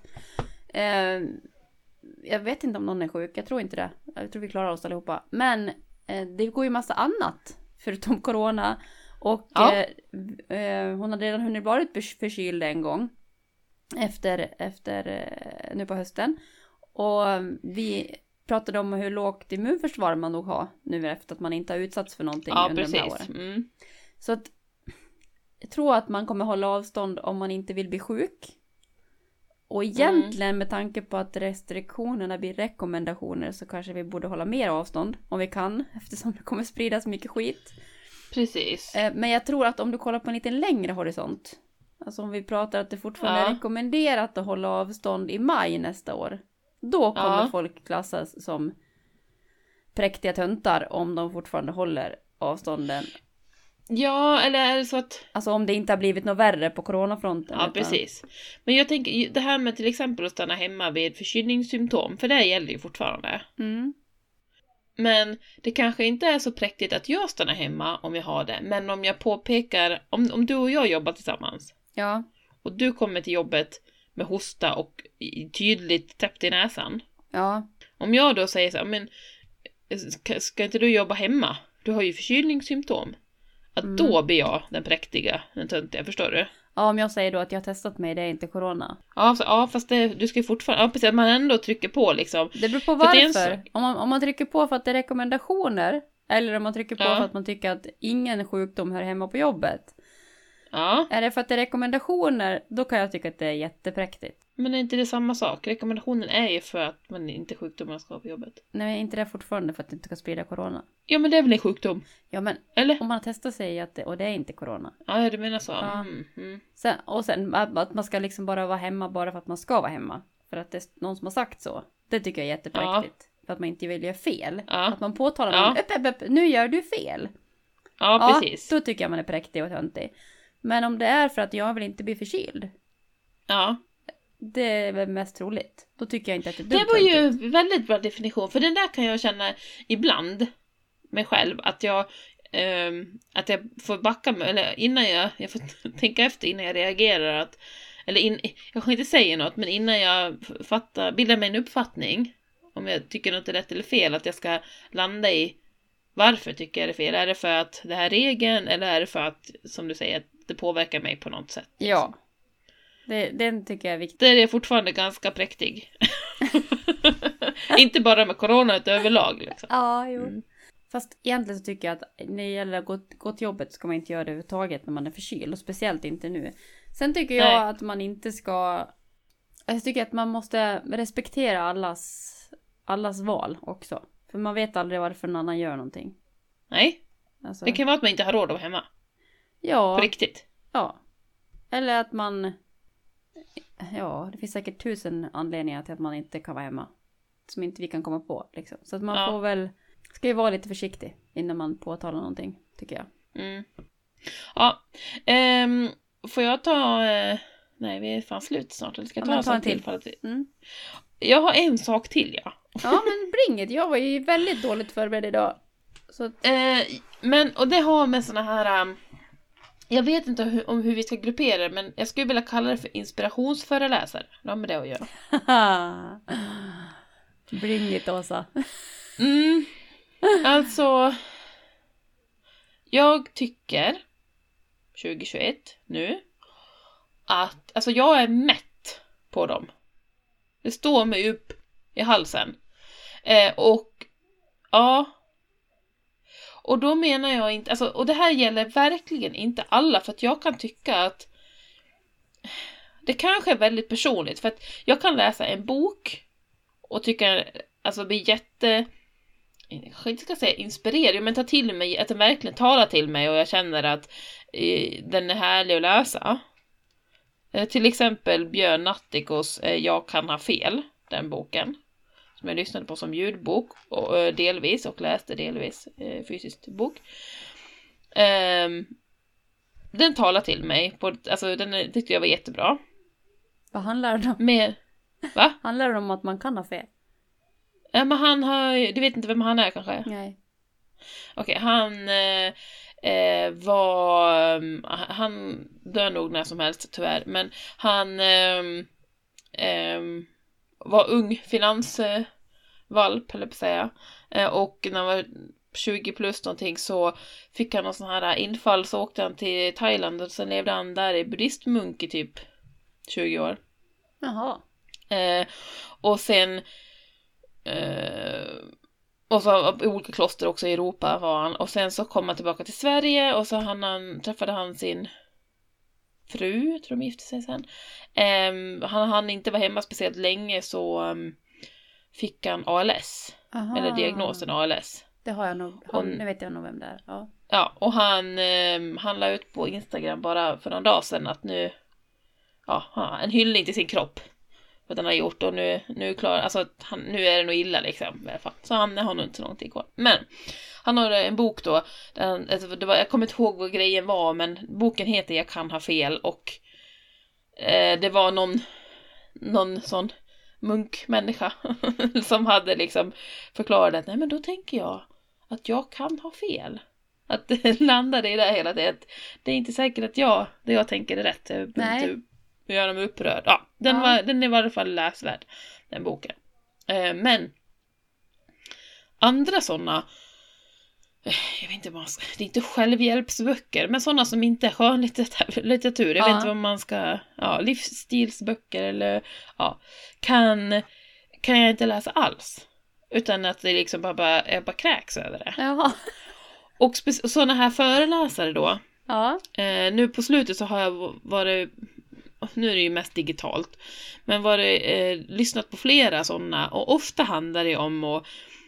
Jag vet inte om någon är sjuk, jag tror inte det. Jag tror vi klarar oss allihopa. Men det går ju massa annat förutom corona. Och hon hade redan hunnit varit förkyld en gång efter nu på hösten. Och vi pratade om hur lågt immunförsvar man nog har nu efter att man inte har utsatts för någonting under de här åren. Så att jag tror att man kommer hålla avstånd om man inte vill bli sjuk. Och egentligen med tanke på att restriktionerna blir rekommendationer så kanske vi borde hålla mer avstånd om vi kan, eftersom det kommer spridas mycket skit. Precis. Men jag tror att om du kollar på en lite längre horisont, alltså om vi pratar att det fortfarande är rekommenderat att hålla avstånd i maj nästa år, då kommer folk klassas som präktiga töntar om de fortfarande håller avstånden. Ja, eller är det så att... Alltså om det inte har blivit något värre på coronafronten. Ja, precis. Men jag tänker, det här med till exempel att stanna hemma vid förkylningssymptom, för det gäller ju fortfarande. Men det kanske inte är så präktigt att jag stannar hemma om jag har det. Men om jag påpekar, om du och jag jobbar tillsammans. Ja. Och du kommer till jobbet med hosta och tydligt täppt i näsan. Ja. Om jag då säger så här, men ska inte du jobba hemma? Du har ju förkylningssymptom. Att då blir jag den präktiga, den töntiga, förstår du? Ja, om jag säger då att jag har testat mig, det är inte corona. Ja, fast du ska ju fortfarande... Ja, precis, att man ändå trycker på liksom. Det beror på varför. Om man trycker på för att det är rekommendationer, eller om man trycker på för att man tycker att ingen sjukdom hör hemma på jobbet. Ja. Är det för att det är rekommendationer, då kan jag tycka att det är jättepräktigt. Men är inte det samma sak? Rekommendationen är ju för att man inte sjukdomar ska på jobbet. Nej, inte det fortfarande för att det inte ska sprida corona. Ja, men det är väl en sjukdom? Ja, men eller? Om man testar sig och det är inte corona. Ja, du menar så. Ja. Sen att man ska liksom bara vara hemma bara för att man ska vara hemma. För att det är någon som har sagt så. Det tycker jag är jättepräktigt. För att man inte vill göra fel. Att man påtalar någon, nu gör du fel. Ja, precis. Då tycker jag man är präktig och töntig. Men om det är för att jag vill inte bli förkyld. Ja. Det är väl mest troligt. Då tycker jag inte att det är det var ju väldigt bra definition. För den där kan jag känna ibland. mig själv att jag får backa mig, eller innan jag får tänka efter innan jag reagerar att, jag kan inte säga något, men innan jag bildar mig en uppfattning om jag tycker något är rätt eller fel, att jag ska landa i varför tycker jag det är fel. Är det för att det här är regeln, eller är det för att, som du säger, att det påverkar mig på något sätt? Ja, den tycker jag är viktig. Det är fortfarande ganska präktig. Inte bara med corona, utan överlag. Liksom. Ja, jo. Mm. Fast egentligen så tycker jag att när det gäller att gå till jobbet ska man inte göra det överhuvudtaget när man är förkyld. Och speciellt inte nu. Sen tycker jag att man inte ska... Jag tycker att man måste respektera allas val också. För man vet aldrig varför någon annan gör någonting. Nej. Alltså... Det kan vara att man inte har råd att vara hemma. Ja. På riktigt. Ja. Eller att man... Ja, det finns säkert 1000 anledningar till att man inte kan vara hemma. Som inte vi kan komma på. Liksom. Så att man får väl... Ska ju vara lite försiktig innan man påtalar någonting, tycker jag. Mm. Ja. Får jag ta... Nej, vi är fan slut snart. Eller ska jag ta en till? Jag har en sak till, ja. Ja, men bring it. Jag var ju väldigt dåligt förberedd idag. Så att... och det har med såna här... jag vet inte hur vi ska gruppera det, men jag skulle vilja kalla det för inspirationsföreläsare. Det har med det att göra. Bring it, Åsa. Alltså... Jag tycker 2021 nu att... Alltså jag är mätt på dem. Det står mig upp i halsen. Och då menar jag inte, alltså, och det här gäller verkligen inte alla, för att jag kan tycka att det kanske är väldigt personligt, för att jag kan läsa en bok och tycka, alltså bli jag inte ska säga inspirerad, men ta till mig, att den verkligen talar till mig och jag känner att den är härlig att läsa. Till exempel Björn Natthikos Jag kan ha fel, den boken. Som jag lyssnade på som ljudbok och delvis och läste delvis fysiskt bok. Den talar till mig. Alltså den tyckte jag var jättebra. Vad handlar det om? Va? Handlar det om att man kan ha fel? Ja, men du vet inte vem han är kanske? Nej. Okej, han dör nog när som helst tyvärr. Men han var ung finansvalp, eller på att säga. Och när han var 20 plus någonting så fick han någon sån här infall, så åkte han till Thailand och sen levde han där i buddhistmunk i typ 20 år. Jaha. Och sen och så i olika kloster också i Europa var han. Och sen så kom han tillbaka till Sverige och så träffade han sin fru, jag tror de gifte sig sen. Han inte var hemma speciellt länge, så fick han ALS. Aha. Eller diagnosen ALS. Det har jag nog, nu vet jag nog vem det är. Ja, ja, och han la ut på Instagram bara för någon dag sedan att nu, en hyllning till sin kropp. Vad den har gjort, och nu klar, alltså nu är det nog illa liksom i alla fall. Så han har nog inte någonting kvar. Men han har en bok då, jag kommer inte ihåg vad grejen var, men boken heter Jag kan ha fel, och det var någon sån munkmänniska som hade liksom förklarat att nej, men då tänker jag att jag kan ha fel. Att det landade i det hela tiden. Det är inte säkert att det jag tänker är rätt. Nej. Gör dem upprörd. Ja, den är i alla fall läsvärd, den boken. Men andra sådana, jag vet inte vad det är inte självhjälpsböcker, men sådana som inte är skönlitteratur. Jag vet inte vad man ska, livsstilsböcker eller kan jag inte läsa alls, utan att det liksom jag bara kräks över det. Jaha. Och sådana här föreläsare då. Ja. Nu på slutet så har jag varit, nu är det ju mest digitalt, men lyssnat på flera sådana, och ofta handlar det om att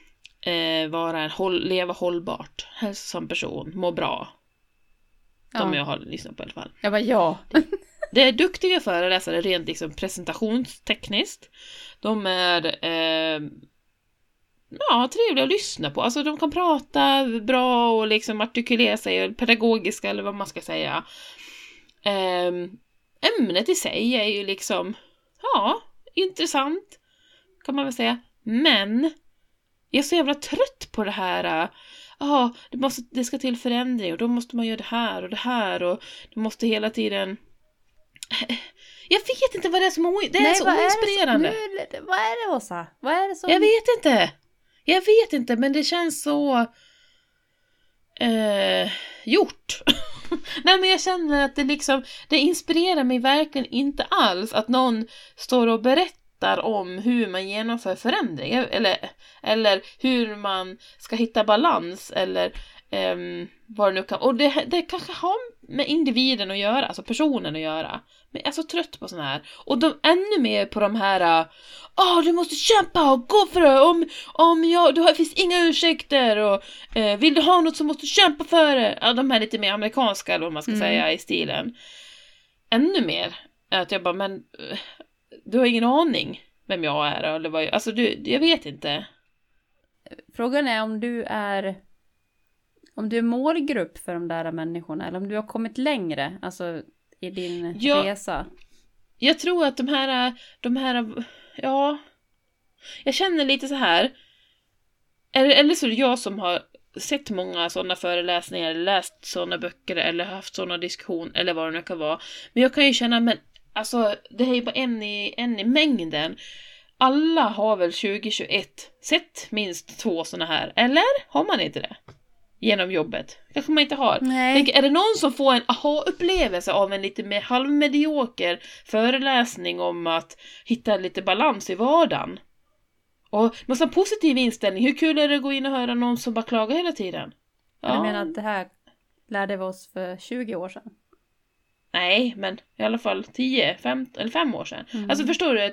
leva hållbart, hälsosam person, må bra. De jag har lyssnat på i alla fall. Jag bara, Det är duktiga föreläsare rent liksom presentationstekniskt. De är trevliga att lyssna på. Alltså de kan prata bra och liksom artikulera sig, pedagogiska eller vad man ska säga. Ämnet i sig är ju liksom intressant kan man väl säga, men Jag är så jävla trött på det här. Det ska till förändring och då måste man göra det här och du måste hela tiden... Jag vet inte vad det är som är, det är så oinspirerande. Vad är det, Åsa? Vad är det som... Jag vet inte, men det känns så gjort. Nej, men jag känner att det inspirerar mig verkligen inte alls att någon står och berättar om hur man genomför förändringar eller hur man ska hitta balans eller vad det nu kan. Och det kanske har med individen att göra, alltså personen att göra. Men jag är så trött på sån här. Och ännu mer på de här du måste kämpa och gå för det. Det finns inga ursäkter och vill du ha något så måste du kämpa för det. Ja, de här lite mer amerikanska eller vad man ska säga i stilen. Ännu mer att jag bara, men du har ingen aning vem jag är eller vad jag vet inte. Frågan är om du är målgrupp för de där människorna eller om du har kommit längre, alltså i din resa. Jag tror att de här, ja, jag känner lite så här, eller så är det jag som har sett många sådana föreläsningar, läst sådana böcker eller haft sådana diskussion eller vad det nu kan vara. Men jag kan ju känna, men alltså det är ju bara en i mängden. Alla har väl 2021 sett minst 2 sådana här, eller har man inte det? Genom jobbet. Kanske man inte har. Tänk, är det någon som får en aha-upplevelse av en lite mer halvmedioker föreläsning om att hitta lite balans i vardagen? Och måste ha en positiv inställning. Hur kul är det att gå in och höra någon som bara klagar hela tiden? Ja. Jag menar att det här lärde vi oss för 20 år sedan. Nej, men i alla fall 10, 15 eller 5 år sedan. Alltså förstår du att...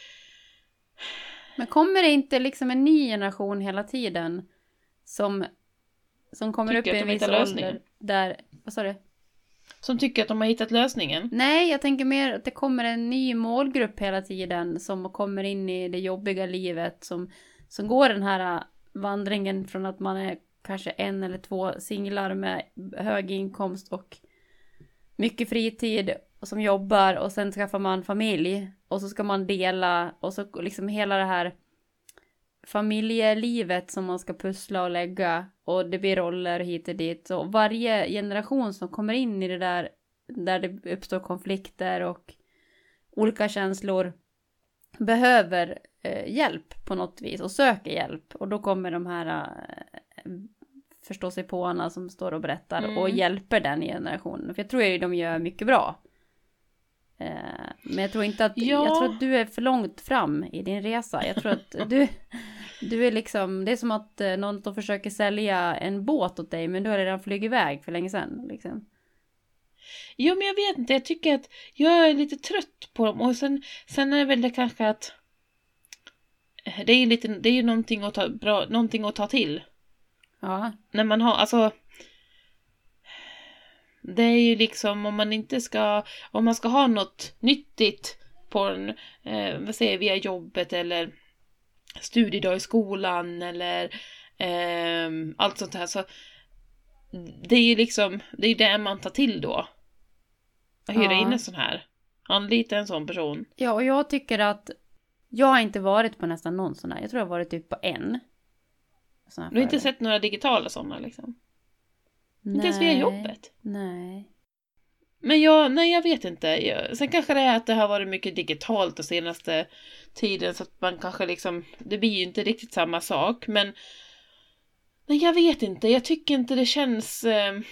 Men kommer det inte liksom en ny generation hela tiden som kommer tycker upp i en viss ålder där... Vad sa du? Som tycker att de har hittat lösningen? Nej, jag tänker mer att det kommer en ny målgrupp hela tiden som kommer in i det jobbiga livet som går den här vandringen från att man är kanske 1 eller 2 singlar med hög inkomst och mycket fritid och som jobbar och sen skaffar man familj och så ska man dela och så liksom hela det här familjelivet som man ska pussla och lägga och det blir roller hit och dit. Så varje generation som kommer in i det där det uppstår konflikter och olika känslor behöver hjälp på något vis och söker hjälp. Och då kommer de här förståsigpåarna som står och berättar och hjälper den generationen. För jag tror att de gör mycket bra. Men jag tror inte att jag tror att du är för långt fram i din resa. Jag tror att du är liksom, det är som att någon försöker sälja en båt åt dig men du har redan flugit iväg för länge sedan liksom. Jo, men jag vet inte, jag tycker att jag är lite trött på dem och sen är det väl det kanske att det är ju någonting att ta till. Ja. När man har, alltså det är ju liksom om man ska ha något nyttigt på en, via jobbet eller studiedag i skolan eller allt sånt här, så det är ju liksom, det är det man tar till då. Att hyra in en sån här, anlita en sån person. Ja, och jag tycker att jag har inte varit på nästan någon sån här. Jag tror jag har varit typ på en. Du har inte sett några digitala sådana liksom? Nej. Inte ens via jobbet? Nej. Men jag vet inte. Sen kanske det är att det har varit mycket digitalt den senaste tiden så att man kanske liksom, det blir ju inte riktigt samma sak, men nej, jag vet inte. Jag tycker inte det känns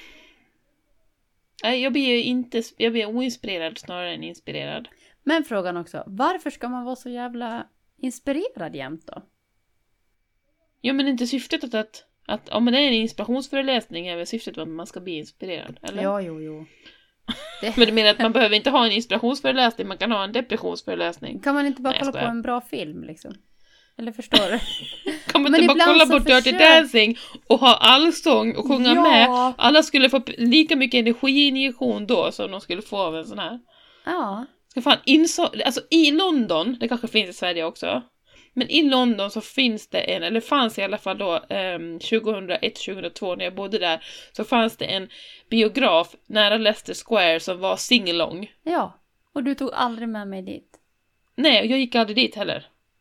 jag blir oinspirerad snarare än inspirerad. Men frågan också, varför ska man vara så jävla inspirerad jämt då? Ja, men inte syftet att om det är en inspirationsföreläsning är väl syftet att man ska bli inspirerad, eller? Ja, jo. Men du menar att man behöver inte ha en inspirationsföreläsning, man kan ha en depressionsföreläsning. Kan man inte bara kolla på en bra film liksom? Eller förstår du? Kan man inte bara kolla på Dirty Dancing och ha allsång och sjunga med? Alla skulle få lika mycket energiinjektion då som de skulle få av en sån här. Ja. Ska fan alltså i London, det kanske finns i Sverige också. Men i London så finns det eller fanns i alla fall då 2001-2002 när jag bodde där, så fanns det en biograf nära Leicester Square som var singalong. Ja, och du tog aldrig med mig dit. Nej, jag gick aldrig dit heller.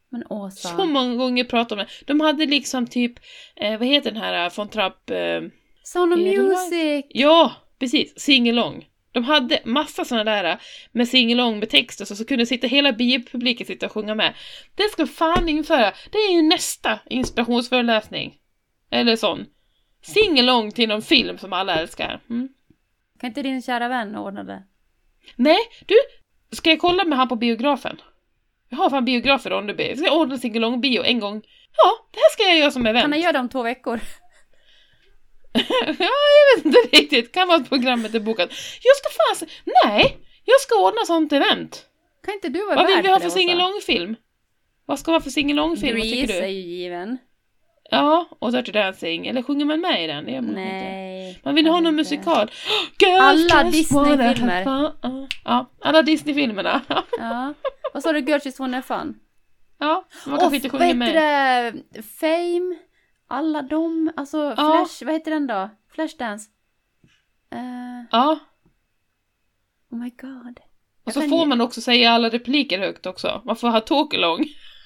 Men Åsa. Så många gånger pratade om det. De hade liksom typ, vad heter den här von Trapp? Sound of Music! Ja, precis. Singalong. De hade massa såna där med singalong med text och så kunde sitta hela biopubliken sitta och sjunga med. Det ska fan införa. Det är ju nästa inspirationsföreläsning. Eller sån. Singalong till någon film som alla älskar. Mm. Kan inte din kära vän ordna det? Nej, du, ska jag kolla med han på biografen? Jag har fan biograf i Ronneby. Jag ska ordna singalong bio en gång. Ja, det här ska jag göra som event. Kan han göra det om 2 veckor? Ja, jag vet inte riktigt. Kan vara att programmet är bokat. Jag ska fan... Nej, jag ska ordna sånt event. Kan inte du vara Vad värd vill vi ha för det, Åsa? singalongfilm? Vad ska vara för singalongfilm? Vad tycker Grease du? är ju given. Ja, och Dirty Dancing. Eller sjunger man med i den? Det gör man Nej. inte. Man vill ha någon inte. musikal. Alla Disney-filmer. Ja, alla Disney-filmerna. Ja. Och så har du Girls Just Wanna Have Fun. Ja, man kanske inte sjunger med. Det? Fame. Alla de. Alltså Ja. Flash. Vad heter den då? Flashdance. Ja, Oh my god. och så får man också säga alla repliker högt också. Man får ha talk-along.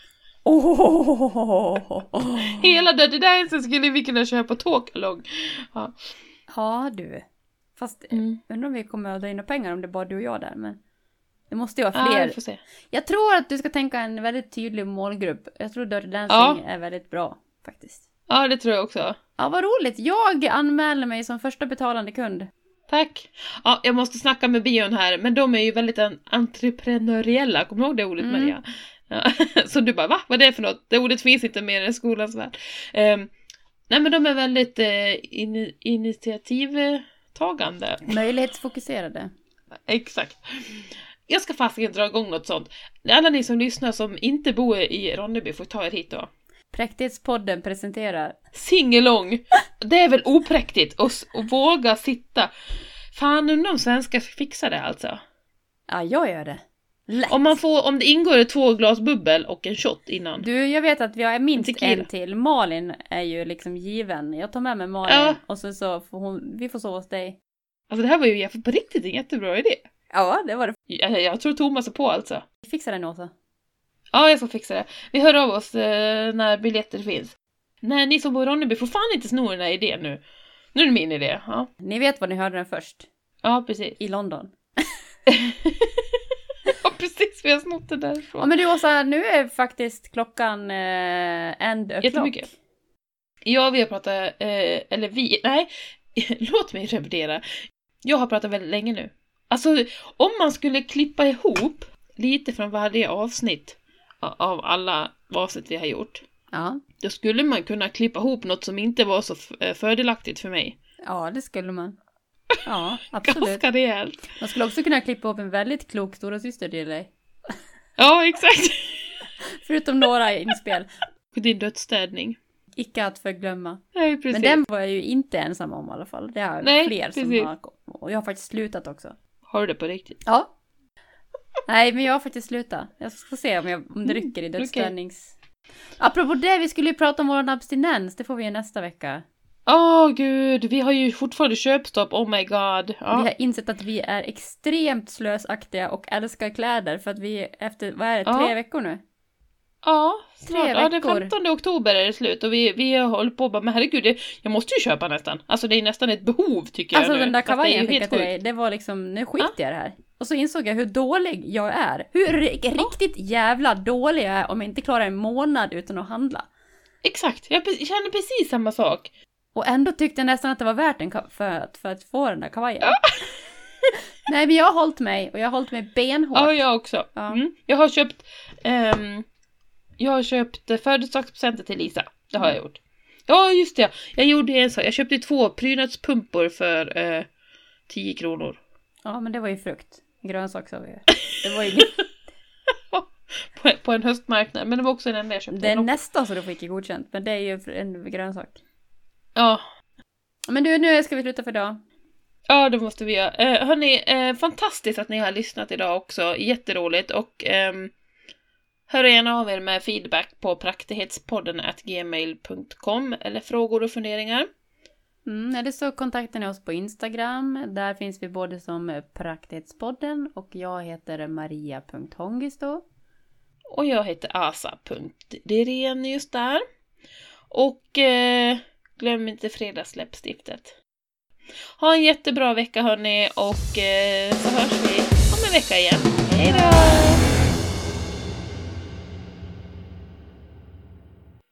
Hela Dirty Dancing skulle vi kunna köra på talk-along. Ja. Ja du. Fast undrar om vi kommer att dra in några pengar om det är bara du och jag där. Men det måste ju vara Ja, fler. vi får se. Jag tror att du ska tänka en väldigt tydlig målgrupp. Jag tror Dirty Dancing är väldigt bra faktiskt. Ja, det tror jag också. Ja, vad roligt. Jag anmäler mig som första betalande kund. Tack. Ja, jag måste snacka med bion här, men de är ju väldigt entreprenöriella. Kommer du ihåg det ordet, Maria? Ja. Så du bara, va? Vad är det för något? Det ordet finns inte mer än skolans värld. Nej, men de är väldigt initiativtagande. Möjlighetsfokuserade. Exakt. Jag ska fasiken dra igång något sånt. Alla ni som lyssnar som inte bor i Ronneby får ta er hit då. Präktighetspodden presenterar Singalong. Det är väl opräktigt att våga sitta. Fan, undrar om svenskar fixar det alltså. Ja, jag gör det. Lätt. Om det ingår 2 glas bubbel och en shot innan. Du, jag vet att vi har minst Tequila. en till. Malin är ju liksom given. Jag tar med mig Malin och så får vi får sova hos dig. Alltså det här var ju på riktigt en jättebra idé. Ja, det var det. Jag tror Thomas är på alltså. Vi fixar den Åsa. Ja, jag ska fixa det. Vi hör av oss när biljetter finns. Nej, ni som bor i Ronneby får fan inte sno den här idén nu. Nu är det min idé. Ja, Ni vet vad ni hörde den först. ja precis. I London. Ja, precis. Vi har snott det därifrån. Ja, men du Åsa, nu är faktiskt klockan end o'clock. Jättemycket. Ja, vi har pratat, eller vi, nej, låt mig revidera. Jag har pratat väldigt länge nu. Alltså, om man skulle klippa ihop lite från varje avsnitt av alla avsnitt vi har gjort. Ja. Då skulle man kunna klippa ihop något som inte var så fördelaktigt för mig. Ja, det skulle man. Ja, absolut. Ganska rejält. Man skulle också kunna klippa upp en väldigt klok stora syster till dig. Ja, exakt. Förutom några inspel. Din dödsstädning. Icke att förglömma. Nej, precis. Men den var jag ju inte ensam om i alla fall. Det har fler som precis. har. Och jag har faktiskt slutat också. Har du det på riktigt? Ja. Nej, men jag har faktiskt slutat. Jag ska se om det rycker i dödsstädnings... Apropå det, vi skulle ju prata om vår abstinens. Det får vi ju nästa vecka. Gud, vi har ju fortfarande köpstopp, oh my god. Ja. Vi har insett att vi är extremt slösaktiga och älskar kläder för att vi efter, vad är det, 3 veckor nu? Ja, 3 snart. Ja, veckor. den 15 oktober är det slut och vi håller på bara, men herregud, jag måste ju köpa nästan. Alltså det är nästan ett behov tycker jag Alltså nu. den där Fast det är kavajen ju jag skickade helt till dig, sjukt. det var liksom, nu skiter jag i det här. Och så insåg jag hur dålig jag är. Hur riktigt jävla dålig jag är om jag inte klarar en månad utan att handla. Exakt, jag känner precis samma sak. Och ändå tyckte jag nästan att det var värt en för att få den där kavajen. Nej, men jag har hållit mig och jag har hållit mig benhårt. Ja, jag också. Ja. Jag har köpt födelsedagspresenter till Lisa. Det har jag gjort. Ja, just det. Jag gjorde en sak. Jag köpte 2 prydnadspumpor för 10 kronor. Ja, men det var ju frukt. Grönsak sa vi ju. Det var ju på en höstmarknad. Men det var också den enda jag köpte. det är nästan så du fick godkänt. Men det är ju en grönsak. Ja. Men du, nu ska vi sluta för idag. Ja, det måste vi göra. Hörni, fantastiskt att ni har lyssnat idag också. Jätteroligt. Och hör gärna av er med feedback på praktighetspodden@gmail.com eller frågor och funderingar. Eller så kontaktar ni oss på Instagram. Där finns vi både som Praktighetspodden och jag heter Maria.Hongisto. Och jag heter asa.direnius där. Och glöm inte fredagsläppstiftet. Ha en jättebra vecka hörni och så hörs vi om en vecka igen. Hej då!